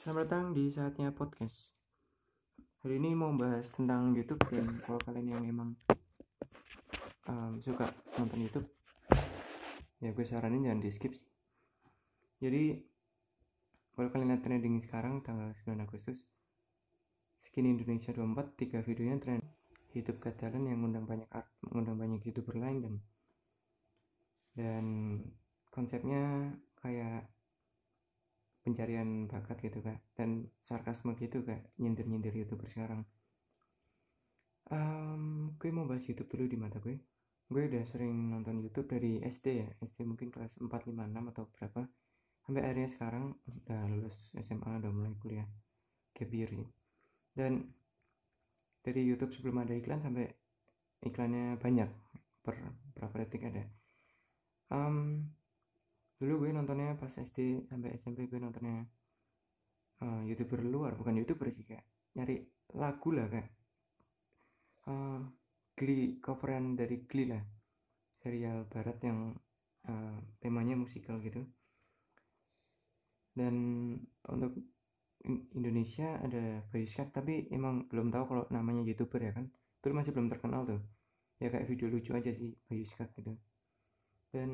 Selamat datang di saatnya podcast. Hari ini mau bahas tentang YouTube, dan kalau kalian yang emang suka nonton YouTube, ya gue saranin jangan di skip sih. Jadi kalau kalian lihat trending sekarang tanggal 9 Agustus, Skin Indonesia 24, 3 videonya trend YouTube Got Talent yang ngundang banyak YouTuber lain, dan konsepnya kayak pencarian bakat gitu kan, dan sarkasme gitu kayak nyindir YouTuber sekarang. Gue mau bahas YouTube dulu di mata gue. Gue udah sering nonton YouTube dari SD ya, SD mungkin kelas 4, 5, 6 atau berapa, sampai akhirnya sekarang udah lulus SMA, udah mulai kuliah gap year gitu. Dan dari YouTube sebelum ada iklan sampai iklannya banyak, per berapa detik ada. Dulu gue nontonnya pas SD sampai SMP, gue nontonnya YouTuber luar, bukan YouTuber sih, kayak nyari lagu lah, kayak Glee, coveran dari Glee lah, serial barat yang temanya musikal gitu. Dan untuk Indonesia ada Bayu Skak, tapi emang belum tahu kalau namanya YouTuber ya kan, itu masih belum terkenal tuh, ya kayak video lucu aja sih Bayu Skak gitu. Dan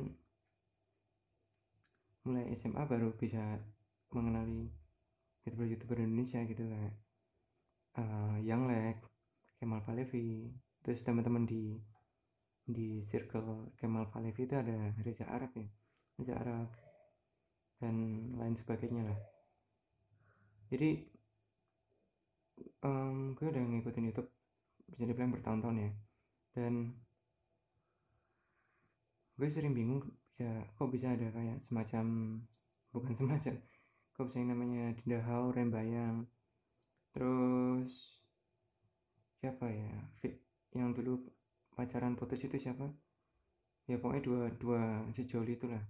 mulai SMA baru bisa mengenali YouTuber Indonesia gitu, kayak Young Lek, Kemal Palevi. Terus teman-teman di circle Kemal Palevi itu ada Reza Arab dan lain sebagainya lah. Jadi gue udah ngikutin YouTube bisa dibilang bertahun-tahun ya, dan gue sering bingung kok bisa ada kayak semacam, bukan semacam, kok bisa yang namanya Dinda Hao, Rembayang, terus siapa ya, yang dulu pacaran putus itu siapa ya, pokoknya dua sejoli itulah.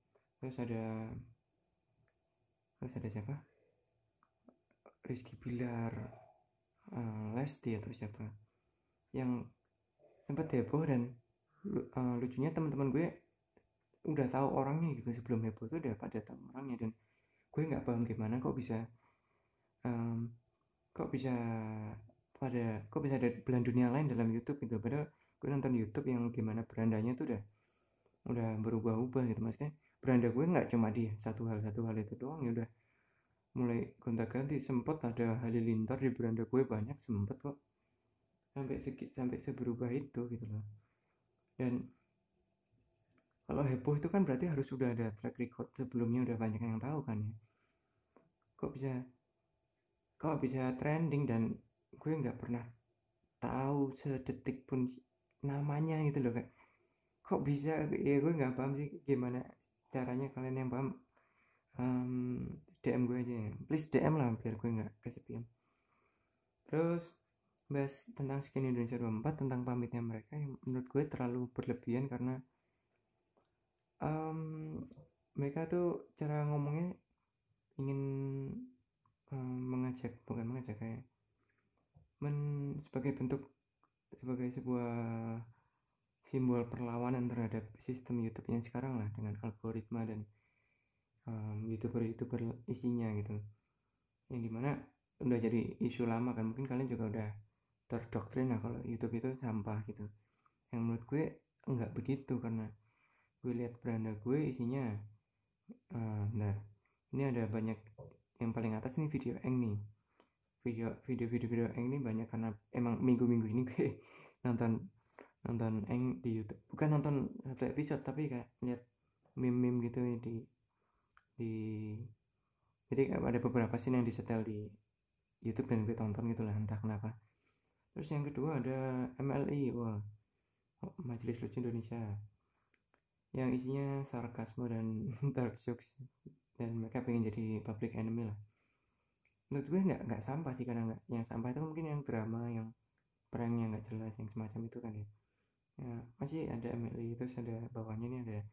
Terus ada siapa, Rizky Bilar, Lesti atau siapa, yang sempat heboh. Dan lucunya teman-teman gue udah tahu orangnya gitu, sebelum heboh tuh udah pada tahu orangnya. Dan gue nggak paham gimana kok bisa um, kok bisa ada belahan dunia lain dalam YouTube gitu. Padahal gue nonton YouTube yang gimana berandanya tuh udah berubah-ubah gitu. Maksudnya beranda gue nggak cuma di satu hal itu doang, ya udah mulai gonta-ganti. Sempet ada halilintar di beranda gue, banyak, sempet kok sampai seberubah itu gitu loh. Dan kalau heboh itu kan berarti harus sudah ada track record sebelumnya, udah banyak yang tahu kan ya. Kok bisa trending dan gue nggak pernah tahu sedetik pun namanya gitu loh, kayak kok bisa ya. Gue nggak paham sih gimana caranya. Kalian yang paham, DM gue aja ya, please DM lah biar gue nggak kesepian. Terus bahas tentang Skin Indonesia 24, tentang pamitnya mereka yang menurut gue terlalu berlebihan, karena mereka tuh cara ngomongnya ingin bukan mengajak, kayak sebagai bentuk, sebagai sebuah simbol perlawanan terhadap sistem YouTube yang sekarang lah, dengan algoritma dan YouTuber isinya gitu, yang dimana udah jadi isu lama kan. Mungkin kalian juga udah terdoktrin lah kalau YouTube itu sampah gitu. Yang menurut gue enggak begitu, karena gue lihat beranda gue isinya bentar, ini ada banyak. Yang paling atas nih video Eng nih, video Eng ini banyak, karena emang minggu-minggu ini gue nonton Eng di YouTube. Bukan nonton satu episode, tapi kayak lihat meme gitu di jadi ada beberapa scene yang disetel di YouTube dan gue tonton gitu lah, entah kenapa. Terus yang kedua ada MLI, Majelis Lucu Indonesia, yang isinya sarkasme dan dark jokes, dan mereka pengen jadi public enemy lah. Menurut gue nggak sampah sih, karena nggak, yang sampah itu mungkin yang drama, yang prank yang nggak jelas, yang semacam itu kan ya. Masih ada MLI. Terus ada bawahnya nih ada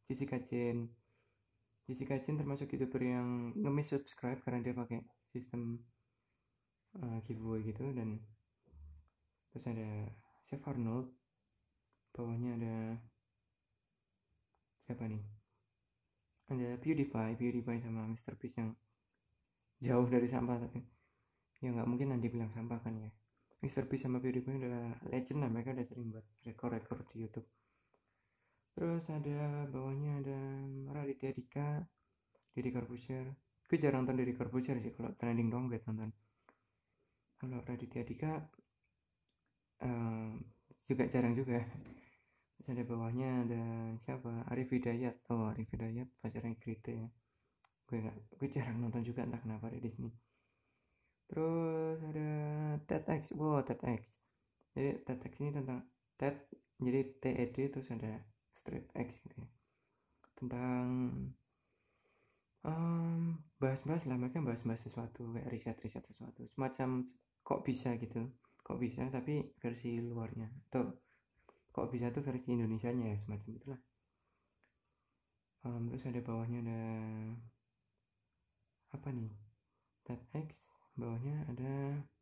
Jessica Chen termasuk youtuber yang ngemis subscribe karena dia pakai sistem giveaway gitu. Dan terus ada Chef Arnold, bawahnya ada siapa nih, ada PewDiePie sama Mr. Beast, yang jauh dari sampah, tapi ya nggak mungkin nanti bilang sampah kan ya. Mr. Beast sama PewDiePie udah legend lah, mereka udah sering buat rekor-rekor di YouTube. Terus ada bawahnya ada Raditya Dika, Deddy Corbuzier. Gue jarang nonton Deddy Corbuzier sih, kalau trending doang gue tonton. Kalau Raditya Dika juga jarang juga. Terus ada bawahnya ada siapa, Arif Hidayat. Arif Hidayat pacarnya Grite ya. Gue jarang nonton juga, entah kenapa ada di sini. Terus ada TEDx. TEDx. Jadi TEDx ini tentang TED, jadi TED terus ada straight X gitu ya. Tentang bahas-bahas lah, mereka bahas-bahas sesuatu kayak riset-riset sesuatu, semacam kok bisa gitu, kok bisa tapi versi luarnya, atau kok bisa tuh versi Indonesianya ya, semacam itulah. Terus ada bawahnya ada apa nih, TEDx, bawahnya ada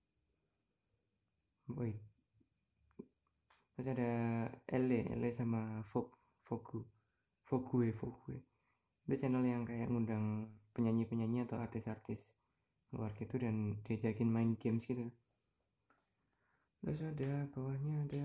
wait, terus ada LE sama Vogue. Itu channel yang kayak ngundang penyanyi-penyanyi atau artis-artis luar gitu dan diajakin main games gitu. Terus ada bawahnya ada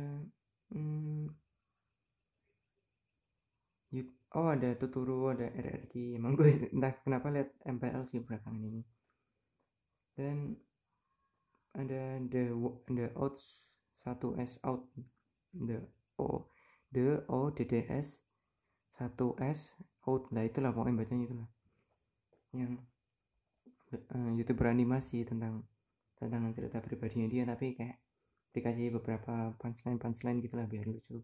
ada Tuturu, ada RRQ. Emang gue entah kenapa lihat MPL sih belakangan ini. Dan ada the outs 1S out, the o ODDS 1S out, nah itulah pokoknya bacanya itulah, yang YouTuber animasi tentang cerita pribadinya dia, tapi kayak dikasih beberapa punchline gitulah biar lucu.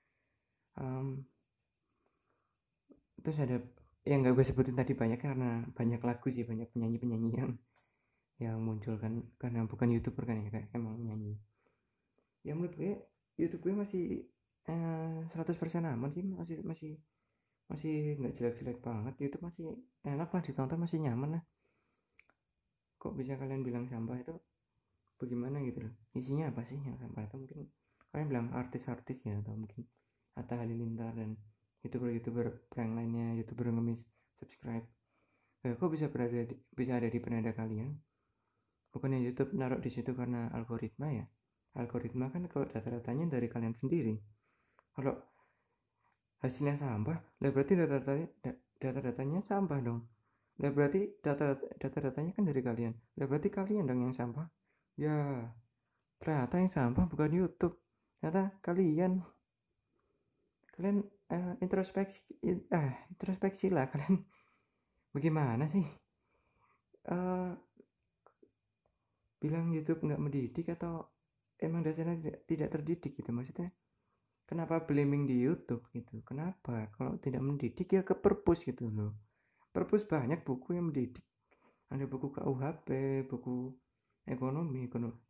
Terus ada yang gak gue sebutin tadi banyak, karena banyak lagu sih, banyak penyanyi yang muncul kan, karena bukan YouTuber kan ya, kayak emang nyanyi. Ya menurut gue YouTube gue masih 100% aman sih, masih nggak jelek-jelek banget. YouTube masih enak lah ditonton, masih nyaman lah. Kok bisa kalian bilang sampah itu bagaimana gitu loh, isinya apa sih yang sampah itu? Mungkin kalian bilang artis-artis ya, atau mungkin Atta Halilintar dan YouTuber prank lainnya, YouTuber ngemis subscribe. Kok bisa ada di penanda kalian? Bukannya YouTube naruh di situ karena algoritma ya? Algoritma kan kalau data-datanya dari kalian sendiri. Kalau hasilnya sampah, lah berarti data-datanya sampah dong. Lah berarti data-datanya kan dari kalian. Lah berarti kalian dong yang sampah. Ya, ternyata yang sampah bukan YouTube. Ternyata kalian introspeksi lah kalian. Bagaimana sih? Bilang YouTube nggak mendidik, atau emang dasarnya tidak terdidik gitu, maksudnya kenapa blaming di YouTube gitu? Kenapa kalau tidak mendidik ya ke perpus gitu loh. Perpus banyak buku yang mendidik, ada buku KUHP, buku ekonomi,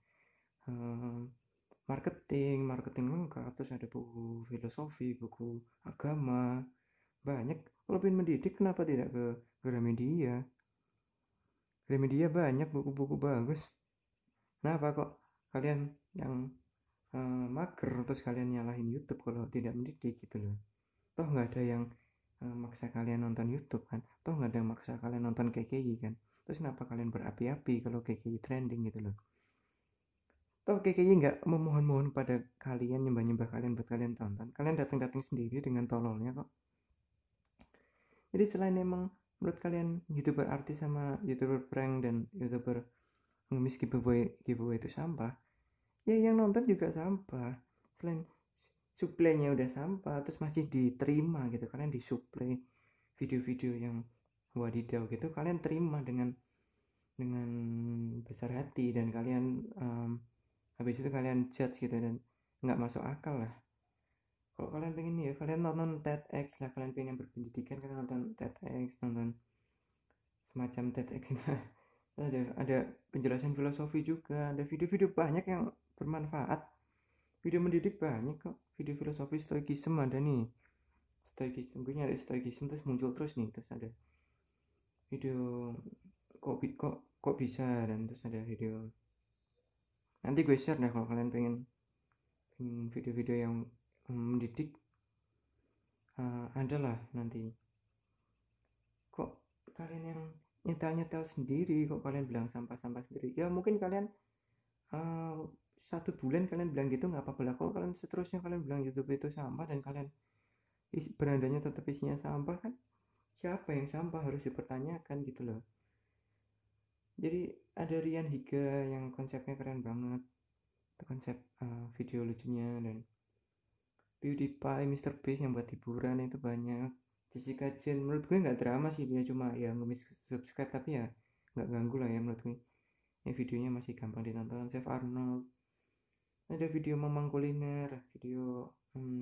marketing lengkap, terus ada buku filosofi, buku agama, banyak. Kalau pengen mendidik kenapa tidak ke Gramedia? Gramedia banyak buku-buku bagus. Kenapa kok kalian yang mager terus kalian nyalahin YouTube kalau tidak mendidik gitu loh? Toh nggak ada yang maksa kalian nonton YouTube kan, toh nggak ada yang maksa kalian nonton KKI kan, terus kenapa kalian berapi-api kalau KKI trending gitu loh? Toh KKI nggak memohon-mohon pada kalian, nyembah-nyembah kalian buat kalian tonton, kalian datang-datang sendiri dengan tololnya kok. Jadi selain emang menurut kalian YouTuber artis sama YouTuber prank dan YouTuber ngemis giveaway itu sampah, ya yang nonton juga sampah. Selain suplainya udah sampah, terus masih diterima gitu, kalian disuplai video-video yang wadidaw gitu, kalian terima dengan besar hati, dan kalian habis itu kalian judge gitu, dan nggak masuk akal lah. Kalau kalian pengen ya kalian nonton TEDx lah, kalian pengen yang berpendidikan, kalian nonton TEDx, nonton semacam TEDx itu. ada penjelasan filosofi juga, ada video-video banyak yang bermanfaat, video mendidik banyak kok, video filosofi stoikisme ada nih, stoikisme, gue nyari stoikisme terus muncul terus nih, terus ada video kok bisa, dan terus ada video, nanti gue share deh kalau kalian pengen video-video yang mendidik, ada lah nanti. Kok kalian yang nyetel sendiri kok kalian bilang sampah sendiri. Ya mungkin kalian uh, 1 bulan kalian bilang gitu nggak apa-apa lah. Kalau kalian seterusnya kalian bilang YouTube itu sampah dan kalian berandanya tetap isinya sampah, kan siapa yang sampah harus dipertanyakan gitu loh. Jadi ada Rian Higa yang konsepnya keren banget, konsep video lucunya, dan PewDiePie, Mr. Beast yang buat hiburan itu banyak. Jessica Jane menurut gue nggak drama sih, dia cuma ya ngemis subscribe tapi ya nggak ganggu lah ya menurut gue. Ini videonya masih gampang ditonton. Chef Arnold, ada video Mamang Kuliner, video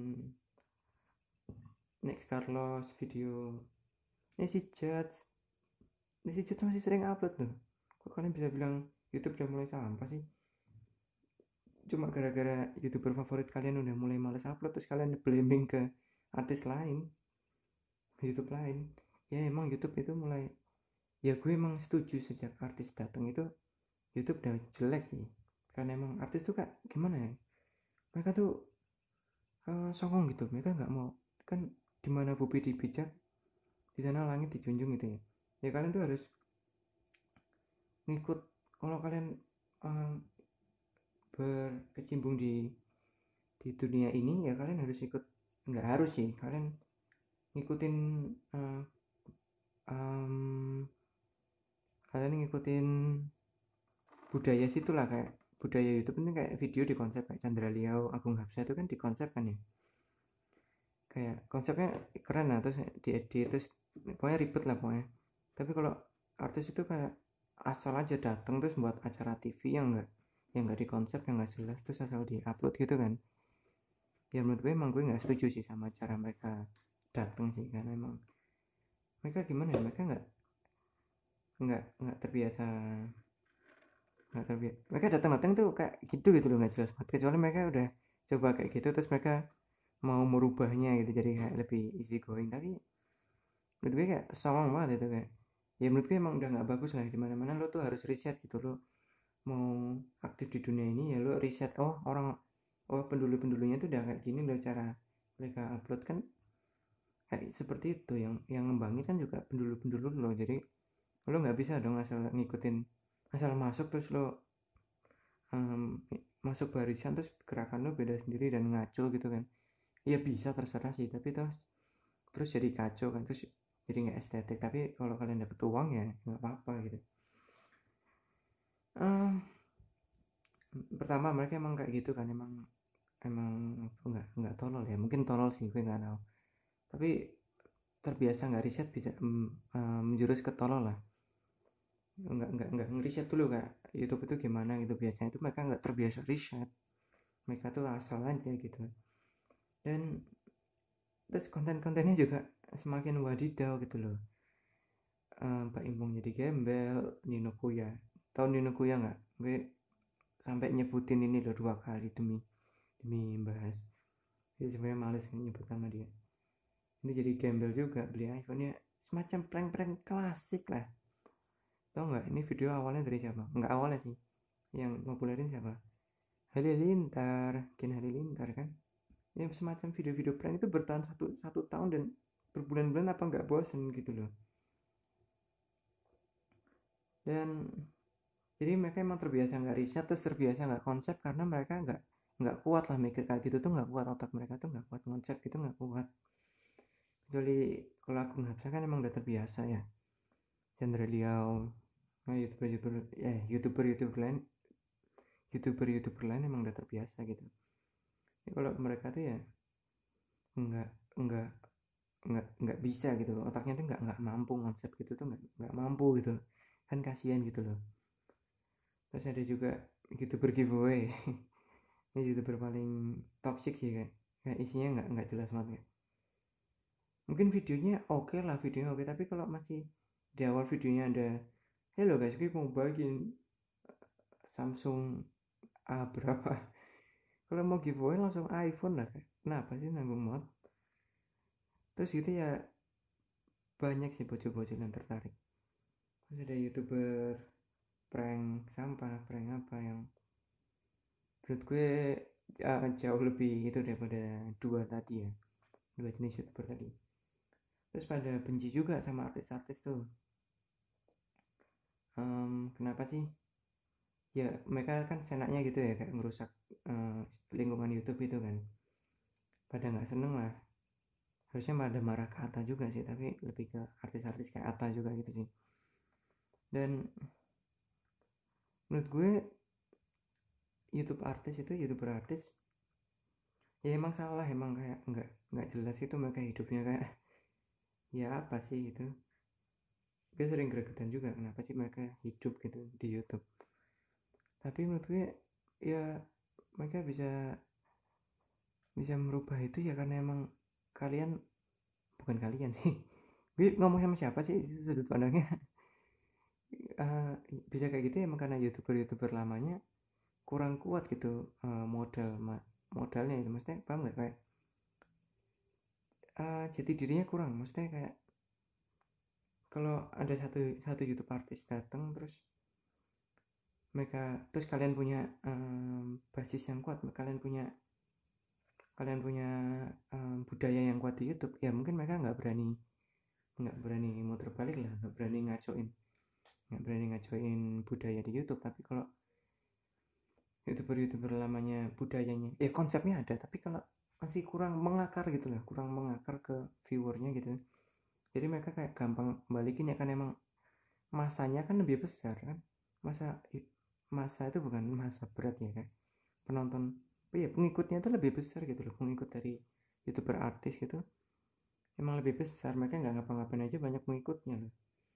Next Carlos, video Nancy Judge. Nancy Judge masih sering upload tuh. Kok kalian bisa bilang YouTube udah mulai sampah sih? Cuma gara-gara YouTuber favorit kalian udah mulai males upload terus kalian blaming ke artis lain, YouTube lain. Ya emang YouTube itu mulai, ya gue emang setuju sejak artis datang itu YouTube udah jelek sih. Karena emang artis tuh kak gimana ya, mereka tuh songong gitu, mereka nggak mau, kan dimana bumi dipijak di sana langit dijunjung gitu ya. Ya kalian tuh harus ngikut, kalau kalian uh, berkecimpung di dunia ini ya kalian harus ikut, nggak harus sih, kalian ngikutin uh, um, kalian ngikutin budaya situ lah, kayak budaya YouTube ini kayak video di konsep kayak Chandra Liao, Agung Hapsa itu kan di konsep kan ya, kayak konsepnya keren lah, terus diedit, terus pokoknya ribet lah pokoknya. Tapi kalau artis itu kayak asal aja datang terus buat acara TV yang nggak di konsep, yang nggak jelas, terus asal di upload gitu kan. Ya menurut gue emang gue nggak setuju sih sama cara mereka datang sih, karena emang mereka gimana ya, mereka nggak terbiasa, mereka datang-datang tuh kayak gitu gitu loh, nggak jelas banget, kecuali mereka udah coba kayak gitu terus mereka mau merubahnya gitu jadi kayak lebih easy going. Tapi menurut gue kayak songong banget itu, kayak ya menurut gue emang udah nggak bagus lah. Dimana mana lo tuh harus riset gitu, lo mau aktif di dunia ini ya lo riset, oh orang, oh pendulu-pendulunya tuh udah kayak gini loh cara mereka upload kan, kayak seperti itu. Yang ngembangin kan juga pendulu-pendulu lo, jadi lo nggak bisa dong asal ngikutin, asal masuk terus lo masuk barisan terus gerakan lo beda sendiri dan ngaco gitu kan. Ya bisa terserah sih, tapi terus jadi kacau kan, terus jadi nggak estetik. Tapi kalau kalian dapet uang ya nggak apa-apa gitu. um, Pertama mereka emang kayak gitu kan, emang emang nggak tolol ya, mungkin tolol sih gue nggak tahu, tapi terbiasa nggak riset bisa menjurus ke tolol lah. Nggak ngeriset dulu kayak YouTube itu gimana gitu, biasanya itu mereka nggak terbiasa riset, mereka tuh asal aja gitu. Dan terus konten-kontennya juga semakin wadidaw gitu loh. Pak Imbong jadi gembel, Nino Kuya, tahu Nino Kuya nggak? Gue sampai nyebutin ini loh 2 kali demi bahas, jadi sebenarnya males nyebut nama dia. Ini jadi gembel juga beli iPhone nya, semacam prank-prank klasik lah. Tau nggak ini video awalnya dari siapa? Nggak awalnya sih, yang populerin siapa? Halilintar, Ken Halilintar kan. Ya semacam video-video prank itu bertahan satu tahun dan berbulan-bulan, apa nggak bosen gitu loh. Dan jadi mereka emang terbiasa nggak riset, terus terbiasa nggak konsep, karena mereka nggak kuat lah mikir kayak gitu tuh, nggak kuat, otak mereka tuh nggak kuat konsep gitu, nggak kuat. Kecuali kalau aku nggak kan emang udah terbiasa ya. Chandra Liao, nah, youtuber lain emang udah terbiasa gitu. Jadi kalau mereka tuh ya nggak nggak nggak bisa gitu loh, otaknya tuh nggak mampu konsep gitu tuh, nggak mampu gitu kan, kasihan gitu loh. Terus ada juga youtuber giveaway. Ini youtuber paling toxic sih, kayak isinya nggak jelas banget kayak. Mungkin videonya oke lah, videonya oke, tapi kalau masih di awal videonya ada, hello guys, gue mau bagiin Samsung A berapa, kalau mau giveaway langsung iPhone lah, kenapa sih nanggung mod. Terus gitu ya, banyak sih bocil-bocil yang tertarik. Terus ada youtuber prank sampah, prank apa yang menurut gue jauh lebih itu daripada dua tadi ya, dua jenis youtuber tadi. Terus pada benci juga sama artis-artis tuh, kenapa sih ya mereka kan senaknya gitu ya, kayak ngerusak lingkungan YouTube itu kan, pada nggak seneng lah. Harusnya pada marah ke Atta juga sih, tapi lebih ke artis-artis kayak Atta juga gitu sih. Dan menurut gue YouTuber artis ya emang salah, emang kayak nggak jelas itu mereka hidupnya kayak ya apa sih itu. Gue sering gregetan juga kenapa sih mereka hidup gitu di YouTube. Tapi menurut gue ya mereka bisa bisa merubah itu ya karena emang kalian, bukan kalian sih, gue ngomong sama siapa sih sudut pandangnya. Eh, Bisa kayak gitu ya emang karena youtuber lamanya kurang kuat gitu, modalnya itu, maksudnya paham nggak, kayak jati dirinya kurang, maksudnya kayak kalau ada satu satu YouTube artis datang terus mereka, terus kalian punya basis yang kuat, kalian punya budaya yang kuat di YouTube, ya mungkin mereka nggak berani muter balik lah, nggak berani ngacoin budaya di YouTube. Tapi kalau youtuber lamanya budayanya ya konsepnya ada, tapi kalau masih kurang mengakar gitu lah, kurang mengakar ke viewernya gitu, jadi mereka kayak gampang balikin ya kan, emang masanya kan lebih besar kan, masa masa itu bukan masa berat ya, kayak penonton, iya pengikutnya itu lebih besar gitu loh, pengikut dari youtuber artis gitu emang lebih besar, mereka nggak ngapa-ngapain aja banyak pengikutnya loh.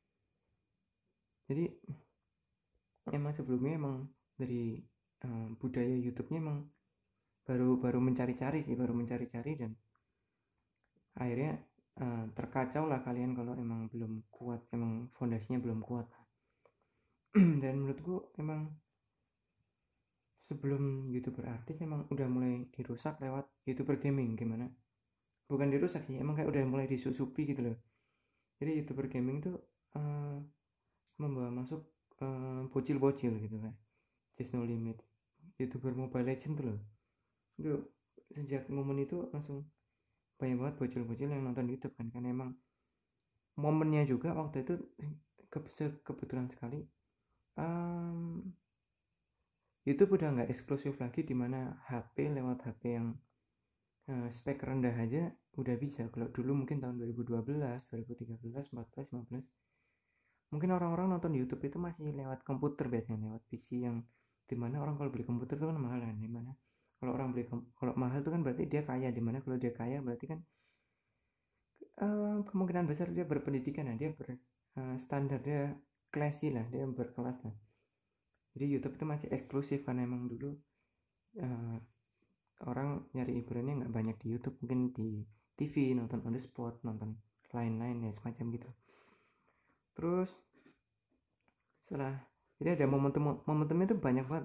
Jadi emang sebelumnya emang dari budaya YouTube-nya emang baru mencari-cari dan akhirnya terkacau lah kalian kalau emang belum kuat, emang fondasinya belum kuat. Dan menurutku emang sebelum YouTuber artis emang udah mulai dirusak lewat YouTuber gaming. Gimana, bukan dirusak sih, emang kayak udah mulai disusupi gitu loh. Jadi YouTuber gaming tuh uh, membawa masuk bocil-bocil gitu kan, Just No Limit, YouTuber Mobile Legend tuh loh. Itu sejak momen itu langsung banyak banget bocil-bocil yang nonton YouTube kan, karena emang momennya juga waktu itu kebetulan sekali um, YouTube udah nggak eksklusif lagi, dimana HP lewat HP yang spek rendah aja udah bisa. Kalau dulu mungkin tahun 2012, 2013, 14, 15 mungkin orang-orang nonton YouTube itu masih lewat komputer, biasanya lewat PC, yang dimana orang kalau beli komputer itu kan mahal kan, dimana kalau orang beli kalau mahal itu kan berarti dia kaya, dimana kalau dia kaya berarti kan kemungkinan besar dia berpendidikan, nah dia berstandar, dia classy lah, dia berkelas lah. Jadi YouTube itu masih eksklusif karena emang dulu uh, orang nyari hiburannya nggak banyak di YouTube, mungkin di TV, nonton on the spot, nonton lain-lain ya semacam gitu. Terus setelah, jadi ada momentumnya itu banyak banget.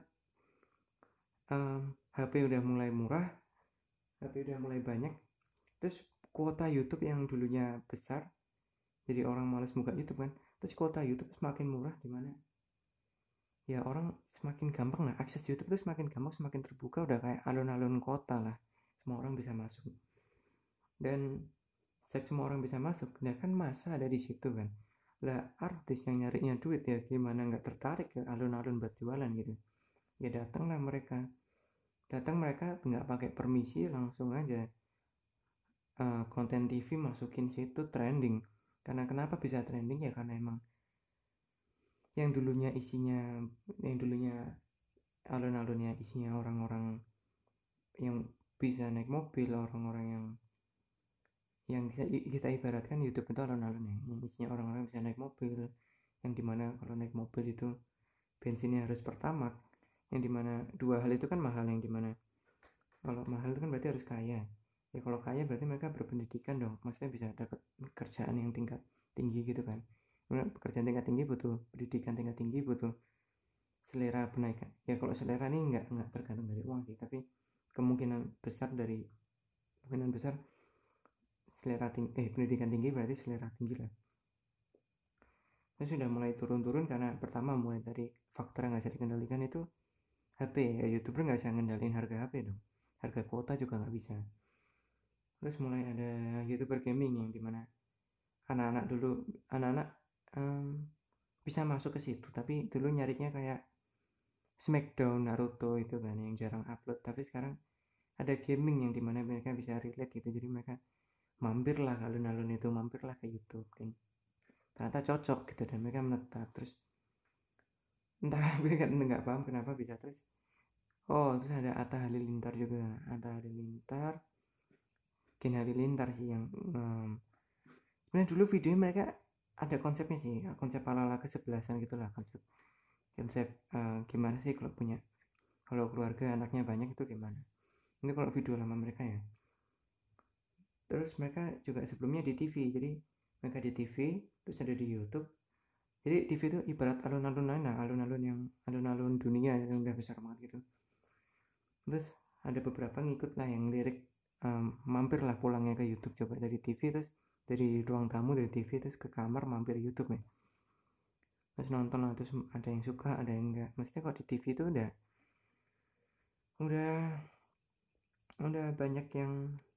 HP udah mulai murah, HP udah mulai banyak, terus kuota YouTube yang dulunya besar, jadi orang males buka YouTube kan, terus kuota YouTube semakin murah, dimana ya orang semakin gampang lah akses YouTube tuh, semakin gampang, semakin terbuka, udah kayak alun-alun kota lah, semua orang bisa masuk. Dan sejak semua orang bisa masuk, nah kan masa ada di situ kan, lah artis yang nyarinya duit ya gimana nggak tertarik ke alun-alun buat jualan gitu. Ya datang mereka nggak pakai permisi, langsung aja konten TV masukin situ trending. Karena kenapa bisa trending ya, karena emang yang dulunya isinya, yang dulunya alun-alunnya isinya orang-orang yang bisa naik mobil, orang-orang yang kita ibaratkan YouTube itu alun-alun ya, yang isinya orang-orang bisa naik mobil, yang dimana kalau naik mobil itu bensinnya harus pertamax, yang dimana dua hal itu kan mahal, yang dimana kalau mahal itu kan berarti harus kaya ya, kalau kaya berarti mereka berpendidikan dong, maksudnya bisa dapat pekerjaan yang tingkat tinggi gitu kan. Karena pekerjaan tingkat tinggi butuh pendidikan tingkat tinggi, butuh selera penaikan ya. Kalau selera ini nggak tergantung dari uang sih, tapi kemungkinan besar pendidikan tinggi berarti selera tinggi lah. Itu sudah mulai turun-turun karena pertama mulai dari faktor yang nggak bisa dikendalikan itu HP ya, YouTuber nggak bisa ngendalin harga HP dong, harga kuota juga nggak bisa. Terus mulai ada YouTuber gaming yang dimana anak-anak dulu, anak-anak um, bisa masuk ke situ, tapi dulu nyarinya kayak Smackdown, Naruto itu kan yang jarang upload, tapi sekarang ada gaming yang dimana mereka bisa relate gitu, jadi mereka mampirlah ke alun-alun itu, mampirlah ke YouTube, dan ternyata cocok gitu, dan mereka menetap. Terus entah gue kan nggak paham kenapa bisa. Terus ada Atta Halilintar juga, Atta Halilintar, Gen Halilintar sih yang sebenarnya dulu videonya mereka ada konsepnya sih, konsep ala-ala kesebelasan gitulah, konsep konsep gimana sih kalau keluarga anaknya banyak itu gimana. Ini kalau video lama mereka ya. Terus mereka juga sebelumnya di TV, jadi mereka di TV terus ada di YouTube. Jadi TV itu ibarat alun-alun lain, alun-alun dunia yang udah besar banget gitu. Terus ada beberapa ngikut lah yang lirik, mampir lah pulangnya ke YouTube, coba dari TV, terus dari ruang tamu dari TV terus ke kamar mampir YouTube ya, terus nonton lah. Terus ada yang suka ada yang enggak, maksudnya kalau di TV itu udah udah banyak yang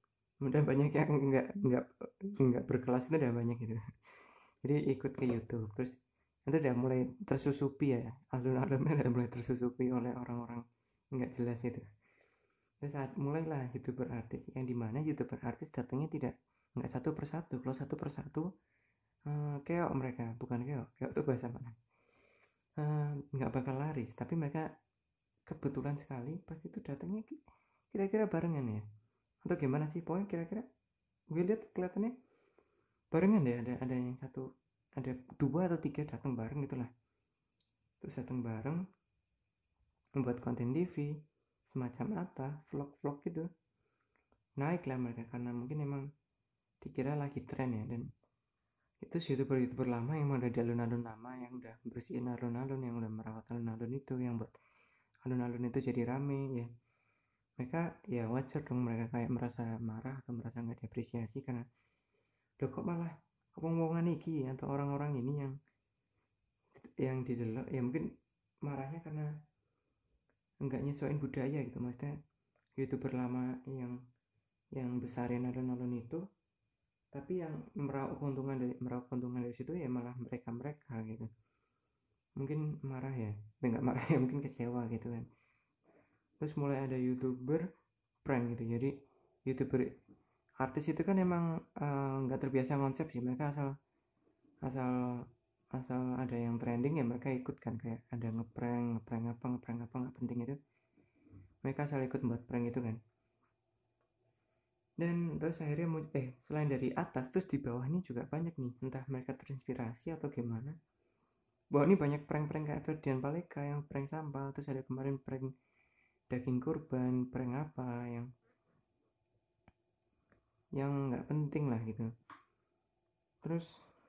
enggak berkelas, itu udah banyak gitu. Jadi ikut ke YouTube, terus itu udah mulai tersusupi ya, alun-alunnya udah mulai tersusupi oleh orang-orang nggak jelas itu. Terus saat mulailah youtuber artis, yang dimana youtuber artis datangnya tidak nggak satu persatu. Kalau satu persatu keok mereka, bukan keok, keok itu bahasa mana, nggak bakal laris. Tapi mereka kebetulan sekali pas itu datangnya kira-kira barengan ya, atau gimana sih, pokoknya kira-kira gue lihat kelihatannya barengan deh, ada yang satu, ada dua atau tiga datang bareng gitulah. Terus datang bareng membuat konten TV semacam apa, vlog-vlog gitu. Naik lah mereka karena mungkin emang dikira lagi tren ya. Dan itu youtuber lama yang udah di alun-alun lama, yang udah bersihin alun-alun, yang udah merawat alun-alun itu, yang buat alun-alun itu jadi rame ya. Mereka ya wajar dong, mereka kayak merasa marah atau merasa nggak diapresiasi karena kok malah ngomong-ngomongan iki, atau orang-orang ini yang didelok ya, mungkin marahnya karena nggak nyesuaiin budaya gitu. Maksudnya youtuber lama yang besarin alun-alun itu, tapi yang meraup keuntungan dari situ ya malah mereka gitu. Mungkin marah ya, nggak marah ya, mungkin kecewa gitu kan. Terus mulai ada youtuber prank gitu. Jadi youtuber artis itu kan emang nggak terbiasa konsep sih, mereka asal asal ada yang trending ya mereka ikut kan, kayak ada ngeprank apa nggak penting itu, mereka asal ikut buat prank itu kan. Dan terus akhirnya selain dari atas, terus di bawah ini juga banyak nih, entah mereka terinspirasi atau gimana, bawah ini banyak prank-prank kayak Ferdian Paleka yang prank sampah. Terus ada kemarin prank daging kurban, prank apa yang nggak penting lah gitu. Terus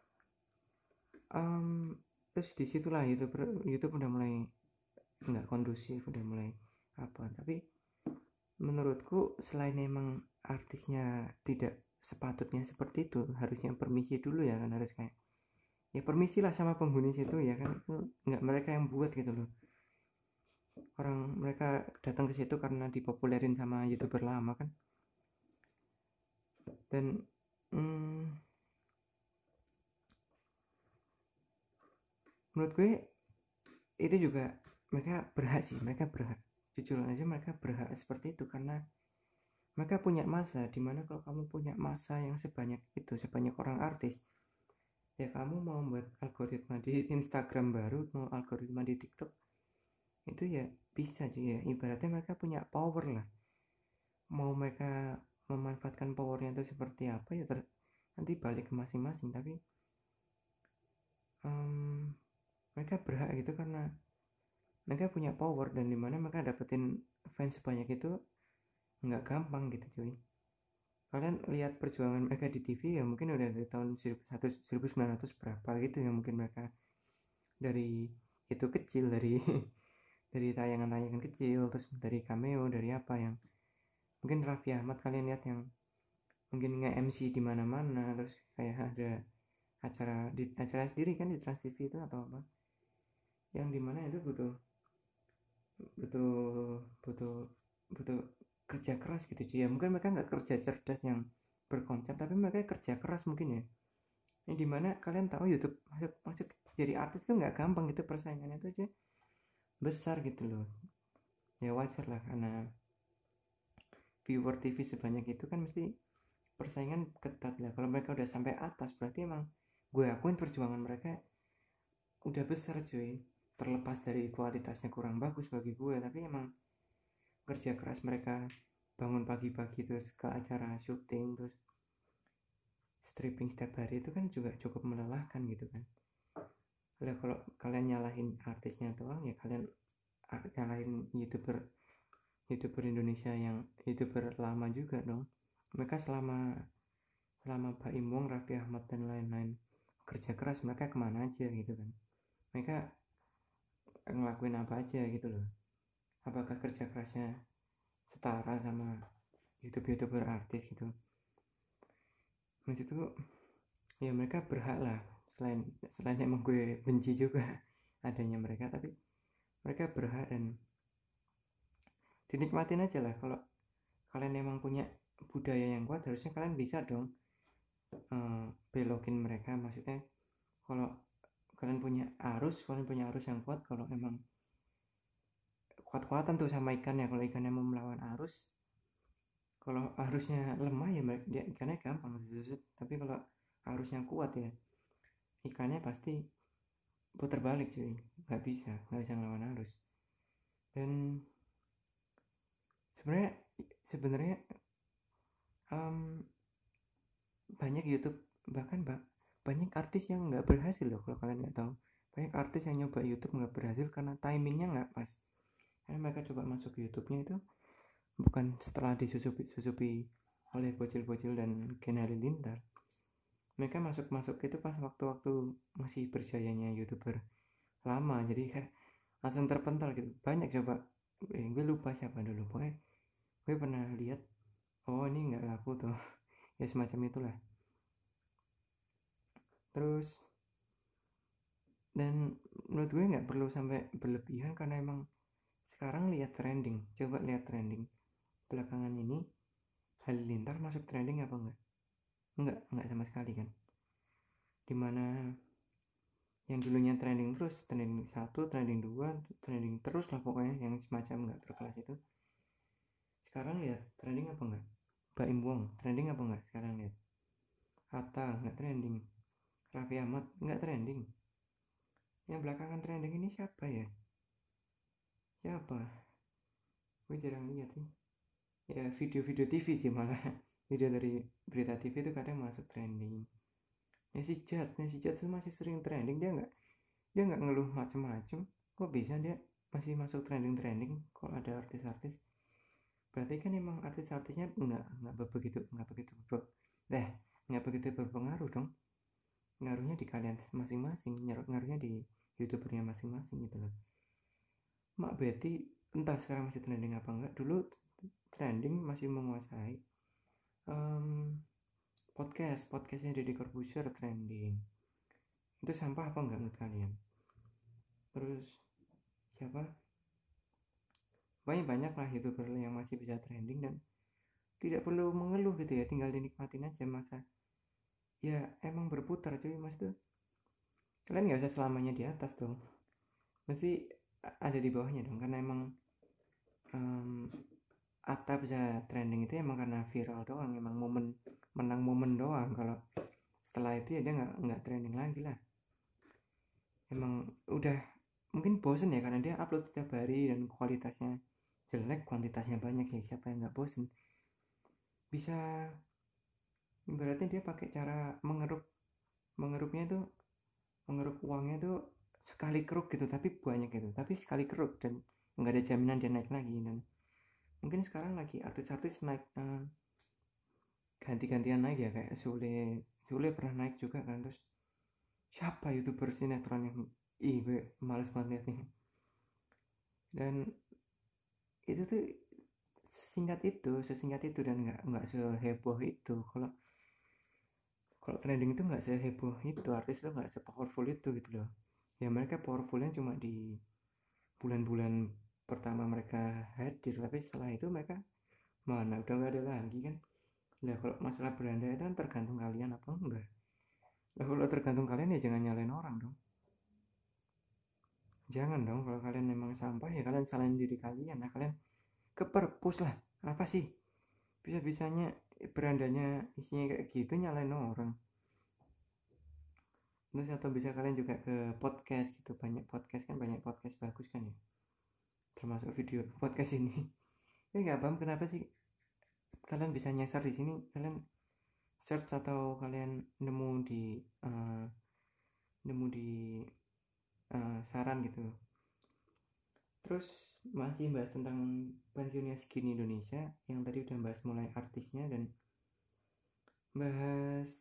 terus disitulah YouTube udah mulai nggak kondusif, udah mulai apa. Tapi menurutku selain emang artisnya tidak sepatutnya seperti itu, harusnya permisi dulu ya kan, harus kayak ya permisi lah sama penghuni situ ya kan, itu nggak mereka yang buat gitu loh. Orang mereka datang ke situ karena dipopulerin sama youtuber lama kan. Dan menurut gue itu juga mereka berhak sih, mereka berhak, jujur aja mereka berhak seperti itu karena mereka punya masa. Dimana kalau kamu punya masa yang sebanyak itu, sebanyak orang artis, ya kamu mau buat algoritma di Instagram baru, mau algoritma di TikTok, itu ya bisa sih ya. Ibaratnya mereka punya power lah, mau mereka memanfaatkan powernya itu seperti apa ya nanti balik ke masing-masing. Tapi mereka berhak gitu karena mereka punya power, dan dimana mereka dapetin fans sebanyak itu nggak gampang gitu cuy. Kalian lihat perjuangan mereka di TV ya, mungkin udah dari tahun 1900 berapa gitu ya, mungkin mereka dari itu kecil, dari dari tayangan-tayangan kecil, terus dari cameo, dari apa yang mungkin Raffi Ahmad kalian lihat yang mungkin nge-MC di mana-mana, terus kayak ada acara sendiri kan di Trans TV itu atau apa, yang dimana itu butuh butuh butuh butuh kerja keras gitu ya. Mungkin mereka nggak kerja cerdas yang berkonsep, tapi mereka kerja keras mungkin ya. Yang dimana kalian tahu YouTube, masuk jadi artis tuh nggak gampang gitu, persaingannya tuh aja besar gitu loh. Ya wajar lah, karena viewer TV sebanyak itu kan mesti persaingan ketat lah. Kalau mereka udah sampai atas berarti emang gue akuin perjuangan mereka udah besar cuy, terlepas dari kualitasnya kurang bagus bagi gue, tapi emang kerja keras mereka, bangun pagi-pagi terus ke acara syuting terus stripping setiap hari itu kan juga cukup melelahkan gitu kan. Lah kalau kalian nyalahin artisnya doang ya kalian nyalahin youtuber Indonesia yang youtuber lama juga dong. Mereka selama selama Pak Imong, Raffi Ahmad dan lain-lain kerja keras, mereka kemana aja gitu kan, mereka ngelakuin apa aja gitu loh. Apakah kerja kerasnya setara sama youtuber artis gitu? Maksud itu ya mereka berhak lah, selain emang gue benci juga adanya mereka, tapi mereka berhak dan dinikmatin aja lah. Kalau kalian emang punya budaya yang kuat harusnya kalian bisa dong belokin mereka. Maksudnya kalau kalian punya arus yang kuat, kalau emang kuat-kuatan tuh sama ikannya, kalau ikannya mau melawan arus, kalau arusnya lemah ya dia ikannya gampang zzzz. Tapi kalau arusnya kuat ya ikannya pasti putar balik cuy, nggak bisa ngelawan arus. Dan sebenarnya um, banyak YouTube, bahkan banyak artis yang nggak berhasil loh. Kalau kalian nggak tahu, banyak artis yang nyoba YouTube nggak berhasil karena timingnya nggak pas. Karena mereka coba masuk ke YouTube-nya itu bukan setelah disusupi oleh bocil-bocil dan Ken Halilintar. Mereka masuk itu pas waktu-waktu masih berjayanya YouTuber lama, jadi kayak langsung terpental gitu. Banyak coba, gue lupa siapa dulu, pokoknya gue pernah lihat, oh ini nggak laku tuh ya semacam itulah. Terus dan menurut gue nggak perlu sampai berlebihan, karena emang sekarang coba lihat trending belakangan ini, Halilintar masuk trending apa enggak sama sekali kan. Dimana yang dulunya trending terus, trending 1, trending 2, trending terus lah pokoknya, yang semacam nggak berkelas itu, sekarang lihat trending apa enggak. Baim Wong trending apa enggak sekarang, lihat. Atta nggak trending, Raffi Ahmad nggak trending. Yang belakangan trending ini siapa ya, gue jarang lihat sih. Ya video-video TV sih malah video dari berita TV itu kadang masuk trending. Nancy Judge tuh masih sering trending, dia nggak ngeluh macem-macem, kok bisa dia masih masuk trending kalau ada artis-artis. Berarti kan emang artis-artisnya nggak begitu berpengaruh dong. Ngaruhnya di kalian masing-masing, ngaruhnya di youtubernya masing-masing gitu loh. Mak Betty entah sekarang masih trending apa enggak, dulu trending masih menguasai. Podcastnya Deddy Corbuzier trending, itu sampah apa enggak menurut kalian? Terus siapa, banyak lah youtuber yang masih bisa trending dan tidak perlu mengeluh gitu ya, tinggal dinikmatin aja. Masa ya emang berputar cuy, mas tuh kalian nggak usah selamanya di atas dong, mesti ada di bawahnya dong. Karena emang Atta bisa trending itu emang karena viral doang, emang menang momen doang. Kalau setelah itu ya dia nggak trending lagi lah. Emang udah mungkin bosen ya, karena dia upload setiap hari dan kualitasnya jelek, kuantitasnya banyak, ya siapa yang nggak bosen. Bisa ibaratnya dia pakai cara mengeruknya tuh, mengeruk uangnya tuh sekali keruk gitu, tapi banyak gitu, tapi sekali keruk dan nggak ada jaminan dia naik lagi. Dan mungkin sekarang lagi artis-artis naik ganti-gantian naik ya, kayak Sule pernah naik juga kan. Terus siapa youtuber sinetron yang gue males banget nih. Dan itu tuh sesingkat itu dan nggak seheboh itu. Kalau trending itu nggak seheboh itu, artis itu nggak sepowerful itu gitu loh. Ya mereka powerfulnya cuma di bulan-bulan pertama mereka hadir, tapi setelah itu mereka mana udah nggak ada lagi kan. Nah kalau masalah beranda itu kan tergantung kalian apa enggak. Nah kalau tergantung kalian ya jangan nyalain orang dong. Jangan dong, kalau kalian memang sampah ya kalian salahin diri kalian. Nah kalian ke perpus lah. Apa sih bisa-bisanya berandanya isinya kayak gitu nyalain orang. Terus atau bisa kalian juga ke podcast gitu, banyak podcast kan, banyak podcast bagus kan ya, termasuk video podcast ini. Nggak paham kenapa sih kalian bisa nyasar di sini. Kalian search atau kalian nemu di uh, nemu di saran gitu. Terus masih bahas tentang pensiunnya Skin Indonesia, yang tadi udah bahas mulai artisnya dan bahas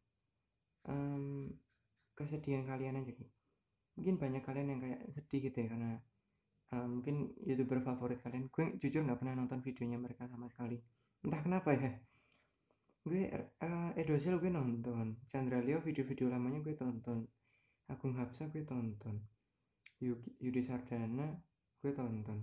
kesedihan kalian aja sih. Mungkin banyak kalian yang kayak sedih gitu ya, karena mungkin youtuber favorit kalian, gue jujur nggak pernah nonton videonya mereka sama sekali, entah kenapa ya. Gue Edozel gue nonton, Chandra Leo video-video lamanya gue tonton, Agung Hapsa gue tonton, Yudi Sardana gue tonton.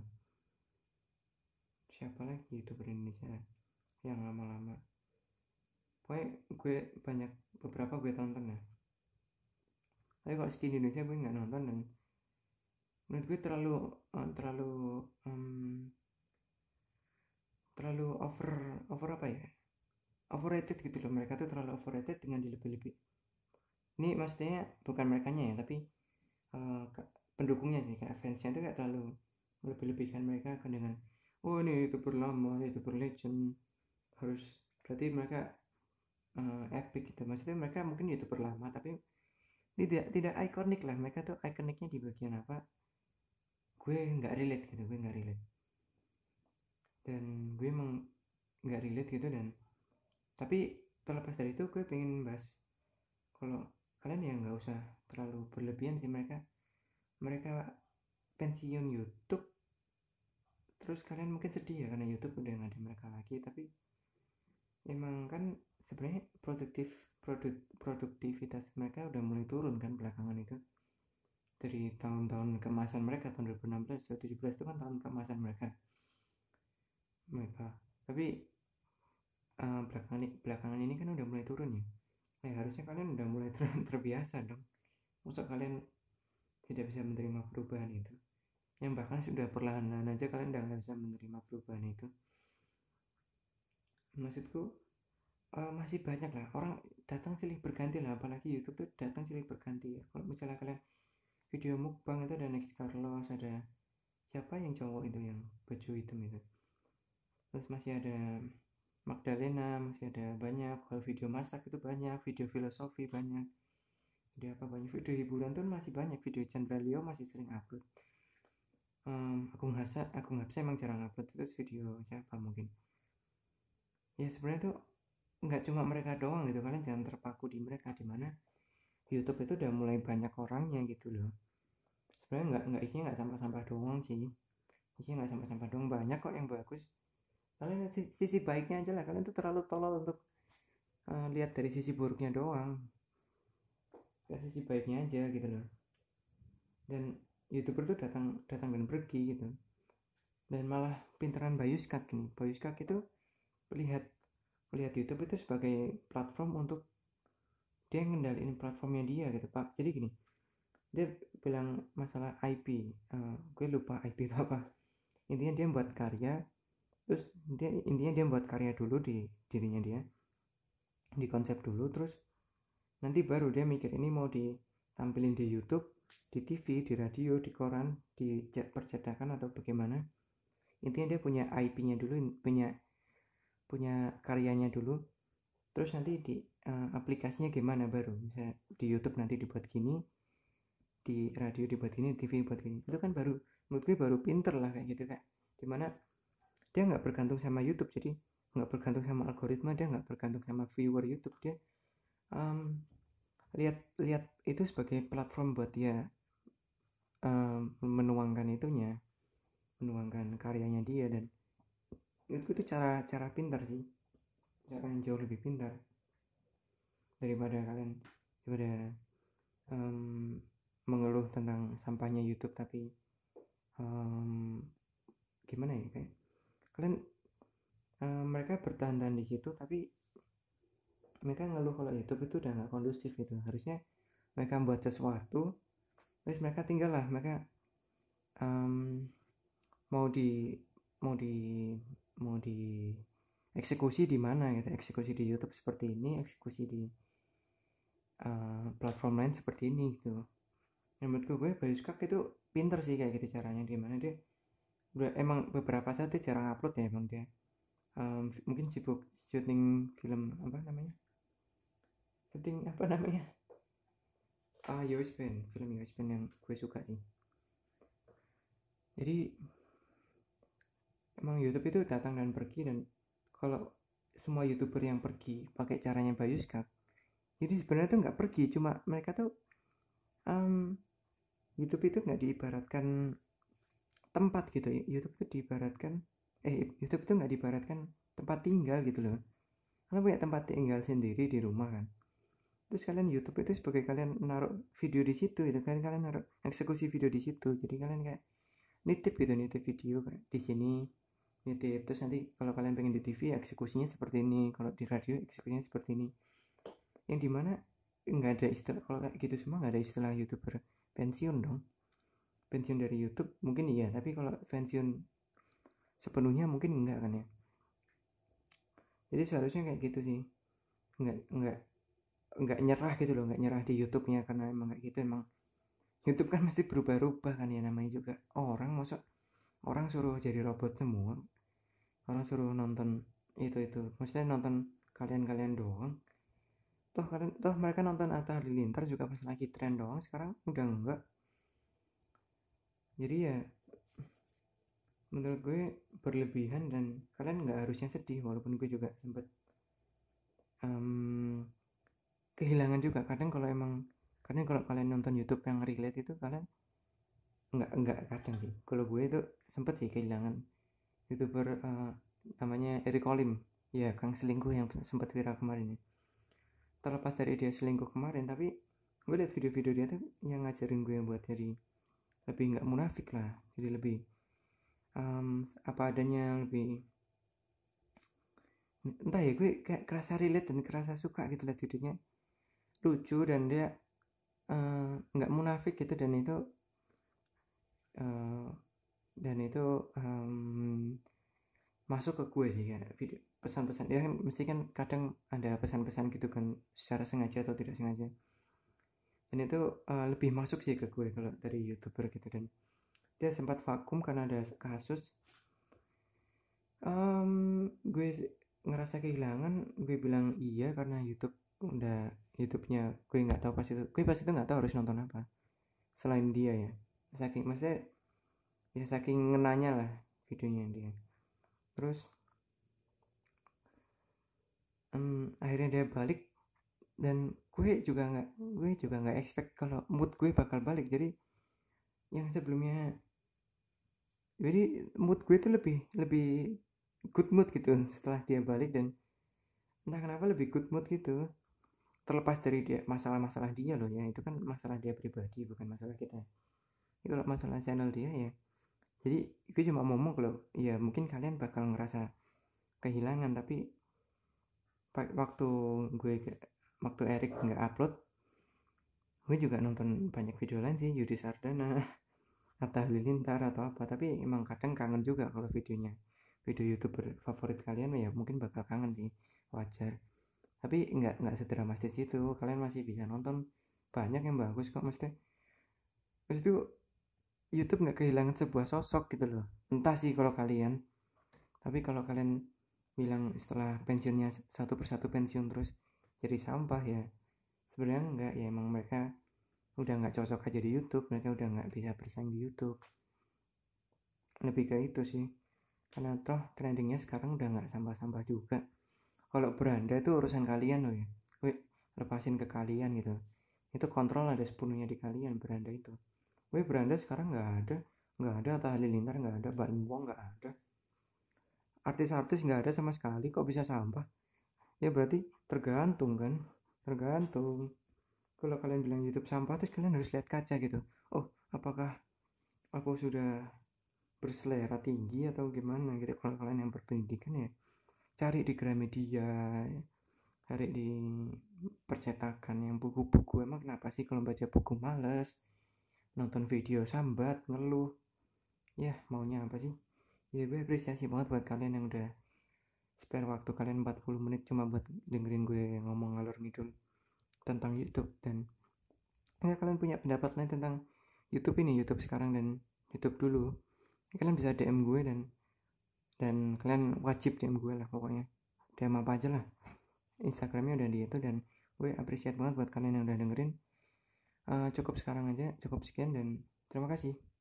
Siapa lagi youtuber Indonesia yang lama-lama, pokoknya gue banyak, beberapa gue tonton ya. Tapi kalau Skin Indonesia gue nggak nonton, dan menurut gue terlalu terlalu over apa ya, overrated gitu loh. Mereka tuh terlalu overrated dengan dilebih-lebih. Ini maksudnya bukan mereka ya, tapi pendukungnya sih, kayak fansnya tuh kayak terlalu melebih-lebihkan mereka kan, dengan oh ini youtuber lama, youtuber legend, harus berarti mereka epic gitu. Maksudnya mereka mungkin youtuber lama tapi tidak ikonik lah. Mereka tuh ikoniknya di bagian apa, gue nggak relate gitu, gue nggak relate, dan gue emang nggak relate gitu. Dan tapi terlepas dari itu gue pengen bahas, kalau kalian ya nggak usah terlalu berlebihan sih. Mereka pensiun YouTube, terus kalian mungkin sedih ya karena YouTube udah nggak ada mereka lagi, tapi emang kan sebenarnya produktivitas mereka udah mulai turun kan belakangan itu. Dari tahun-tahun keemasan mereka, tahun 2016 atau 2017 itu kan tahun keemasan mereka. Tapi belakangan ini kan udah mulai turun ya. Harusnya kalian udah mulai terbiasa dong. Masa kalian tidak bisa menerima perubahan itu, yang bahkan sudah perlahan-lahan aja kalian udah nggak bisa menerima perubahan itu. Maksudku masih banyak lah orang datang silih berganti lah, apalagi YouTube tuh datang silih berganti ya. Kalau misalnya kalian video mukbang itu ada Next Carlos, ada siapa yang cowok itu yang baju hitam itu, terus masih ada Magdalena, masih ada banyak. Kalau video masak itu banyak, video filosofi banyak, video apa banyak, video hiburan tuh masih banyak, video Chandra Leo masih sering upload. Agung Hapsa emang jarang upload. Terus video siapa mungkin ya, sebenarnya tuh nggak cuma mereka doang gitu. Kalian jangan terpaku di mereka, dimana YouTube itu udah mulai banyak orangnya gitu loh. Sebenarnya nggak isinya nggak sampah-sampah doang sih, isinya nggak sampah-sampah doang, banyak kok yang bagus. Kalian lihat sisi baiknya aja lah. Kalian tuh terlalu tolol untuk lihat dari sisi buruknya doang. Lihat sisi baiknya aja gitu loh. Dan YouTuber tuh datang dan pergi gitu. Dan malah pinteran Bayuskak nih. Bayuskak itu lihat YouTube itu sebagai platform untuk dia ngendaliin platformnya dia gitu pak. Jadi gini, dia bilang masalah IP, gue lupa IP itu apa. Intinya dia buat karya, terus dia buat karya dulu di dirinya dia, di konsep dulu, terus nanti baru dia mikir ini mau ditampilin di YouTube, di TV, di radio, di koran, di percetakan atau bagaimana. Intinya dia punya IP-nya dulu, punya karyanya dulu, terus nanti di aplikasinya gimana, baru misalnya di YouTube nanti dibuat gini, di radio dibuat gini, di TV dibuat gini. Itu kan baru, menurut gue baru pinter lah kayak gitu, kayak dimana dia nggak bergantung sama YouTube, jadi nggak bergantung sama algoritma, dia nggak bergantung sama viewer YouTube. Dia lihat itu sebagai platform buat dia menuangkan karyanya dia. Dan itu cara pintar sih, cara yang jauh lebih pintar daripada mengeluh tentang sampahnya YouTube. Tapi gimana ya, kayak kalian mereka bertahan di situ, tapi mereka ngeluh kalau YouTube itu udah nggak kondusif gitu. Harusnya mereka buat sesuatu, terus mereka tinggal lah, mereka mau di mau di mau di eksekusi di mana gitu, eksekusi di YouTube seperti ini, eksekusi di platform lain seperti ini gitu. Yang menurut gue Bayuskak itu pinter sih kayak gitu caranya, dimana dia udah emang beberapa saat dia jarang upload ya, emang dia mungkin sibuk syuting film apa namanya, syuting apa namanya, US Band, film US Band yang gue suka sih. Jadi emang YouTube itu datang dan pergi, dan kalau semua YouTuber yang pergi pakai caranya Bayuskak, jadi sebenarnya tuh nggak pergi, cuma mereka tuh YouTube itu nggak diibaratkan tempat gitu. YouTube itu diibaratkan YouTube itu nggak diibaratkan tempat tinggal gitu loh. Kalian punya tempat tinggal sendiri di rumah kan, terus kalian YouTube itu sebagai kalian naruh video di situ gitu, kalian naruh eksekusi video di situ, jadi kalian kayak nitip gitu, nitip video kayak di sini nitip, terus nanti kalau kalian pengen di TV eksekusinya seperti ini, kalau di radio eksekusinya seperti ini, yang dimana nggak ada istilah kalau kayak gitu semua, nggak ada istilah YouTuber pensiun dong. Pensiun dari YouTube mungkin iya, tapi kalau pensiun sepenuhnya mungkin enggak kan ya. Jadi seharusnya kayak gitu sih, nggak nggak nyerah gitu loh, nggak nyerah di YouTube-nya, karena emang kayak gitu, emang YouTube kan mesti berubah-ubah kan ya, namanya juga orang, masa orang suruh jadi robot semua, orang suruh nonton itu maksudnya nonton kalian doang, toh mereka nonton Atta Halilintar juga pas lagi tren doang, sekarang udah enggak. Jadi ya menurut gue berlebihan, dan kalian nggak harusnya sedih, walaupun gue juga sempet kehilangan juga kadang, kalau kalian nonton YouTube yang relate itu, kalian nggak kadang sih, kalau gue itu sempet sih kehilangan YouTuber namanya Eric Olim, ya Kang selingkuh yang sempat viral kemarin ya. Terlepas dari dia selingkuh kemarin, tapi gue liat video-video dia tuh yang ngajarin gue buat jadi lebih nggak munafik lah, jadi lebih apa adanya, lebih entah ya, gue kayak kerasa relate dan kerasa suka gitu liat videonya, lucu, dan dia nggak munafik gitu, eh, dan itu masuk ke gue sih ya, video pesan-pesan dia kan mesti kan kadang ada pesan-pesan gitu kan, secara sengaja atau tidak sengaja, dan itu lebih masuk sih ke gue kalau dari YouTuber gitu. Dan dia sempat vakum karena ada kasus, gue ngerasa kehilangan, gue bilang iya karena YouTube-nya gue nggak tahu pas itu nggak tahu harus nonton apa selain dia ya, saking maksudnya ya saking ngenanya lah videonya dia. Terus akhirnya dia balik, dan gue juga nggak expect kalau mood gue bakal balik. Jadi yang sebelumnya, jadi mood gue itu lebih lebih good mood gitu setelah dia balik, dan entah kenapa lebih good mood gitu, terlepas dari dia masalah-masalah dia loh ya, itu kan masalah dia pribadi, bukan masalah kita. Itu kalau masalah channel dia ya, jadi gue cuma ngomong kalau ya mungkin kalian bakal ngerasa kehilangan, tapi waktu gue waktu Erik nggak upload, gue juga nonton banyak video lain sih, Yudi Sardana, Atta Halilintar atau apa, tapi emang kadang kangen juga kalau video YouTuber favorit kalian ya, mungkin bakal kangen sih, wajar. Tapi nggak sedramatis itu, kalian masih bisa nonton banyak yang bagus kok, mesti terus itu YouTube nggak kehilangan sebuah sosok gitu loh, entah sih kalau kalian. Tapi kalau kalian bilang setelah pensiunnya satu persatu pensiun terus jadi sampah, ya sebenarnya enggak, ya emang mereka udah nggak cocok aja di YouTube, mereka udah nggak bisa bersaing di YouTube, lebih kayak itu sih. Karena toh trendingnya sekarang udah nggak sampah-sampah juga. Kalau beranda itu urusan kalian loh ya, gue lepasin ke kalian gitu, itu kontrol ada sepenuhnya di kalian. Beranda itu, gue beranda sekarang nggak ada Atta Halilintar, nggak ada Mbak Wong, nggak ada artis-artis, nggak ada sama sekali, kok bisa sampah? Ya berarti tergantung kan, tergantung. Kalau kalian bilang YouTube sampah, terus kalian harus lihat kaca gitu, oh apakah aku sudah berselera tinggi atau gimana gitu. Kalau kalian yang berpendidikan ya cari di Gramedia, cari di percetakan yang buku-buku. Emang kenapa sih kalau baca buku males, nonton video sambat ngeluh, ya maunya apa sih. Ya gue apresiasi banget buat kalian yang udah spare waktu kalian 40 menit cuma buat dengerin gue ngomong ngalor ngidul tentang YouTube. Dan ya kalian punya pendapat lain tentang YouTube ini, YouTube sekarang dan YouTube dulu, kalian bisa DM gue, dan kalian wajib DM gue lah pokoknya, DM apa aja lah, Instagramnya udah di itu. Dan gue appreciate banget buat kalian yang udah dengerin. Cukup sekarang aja, cukup sekian, dan terima kasih.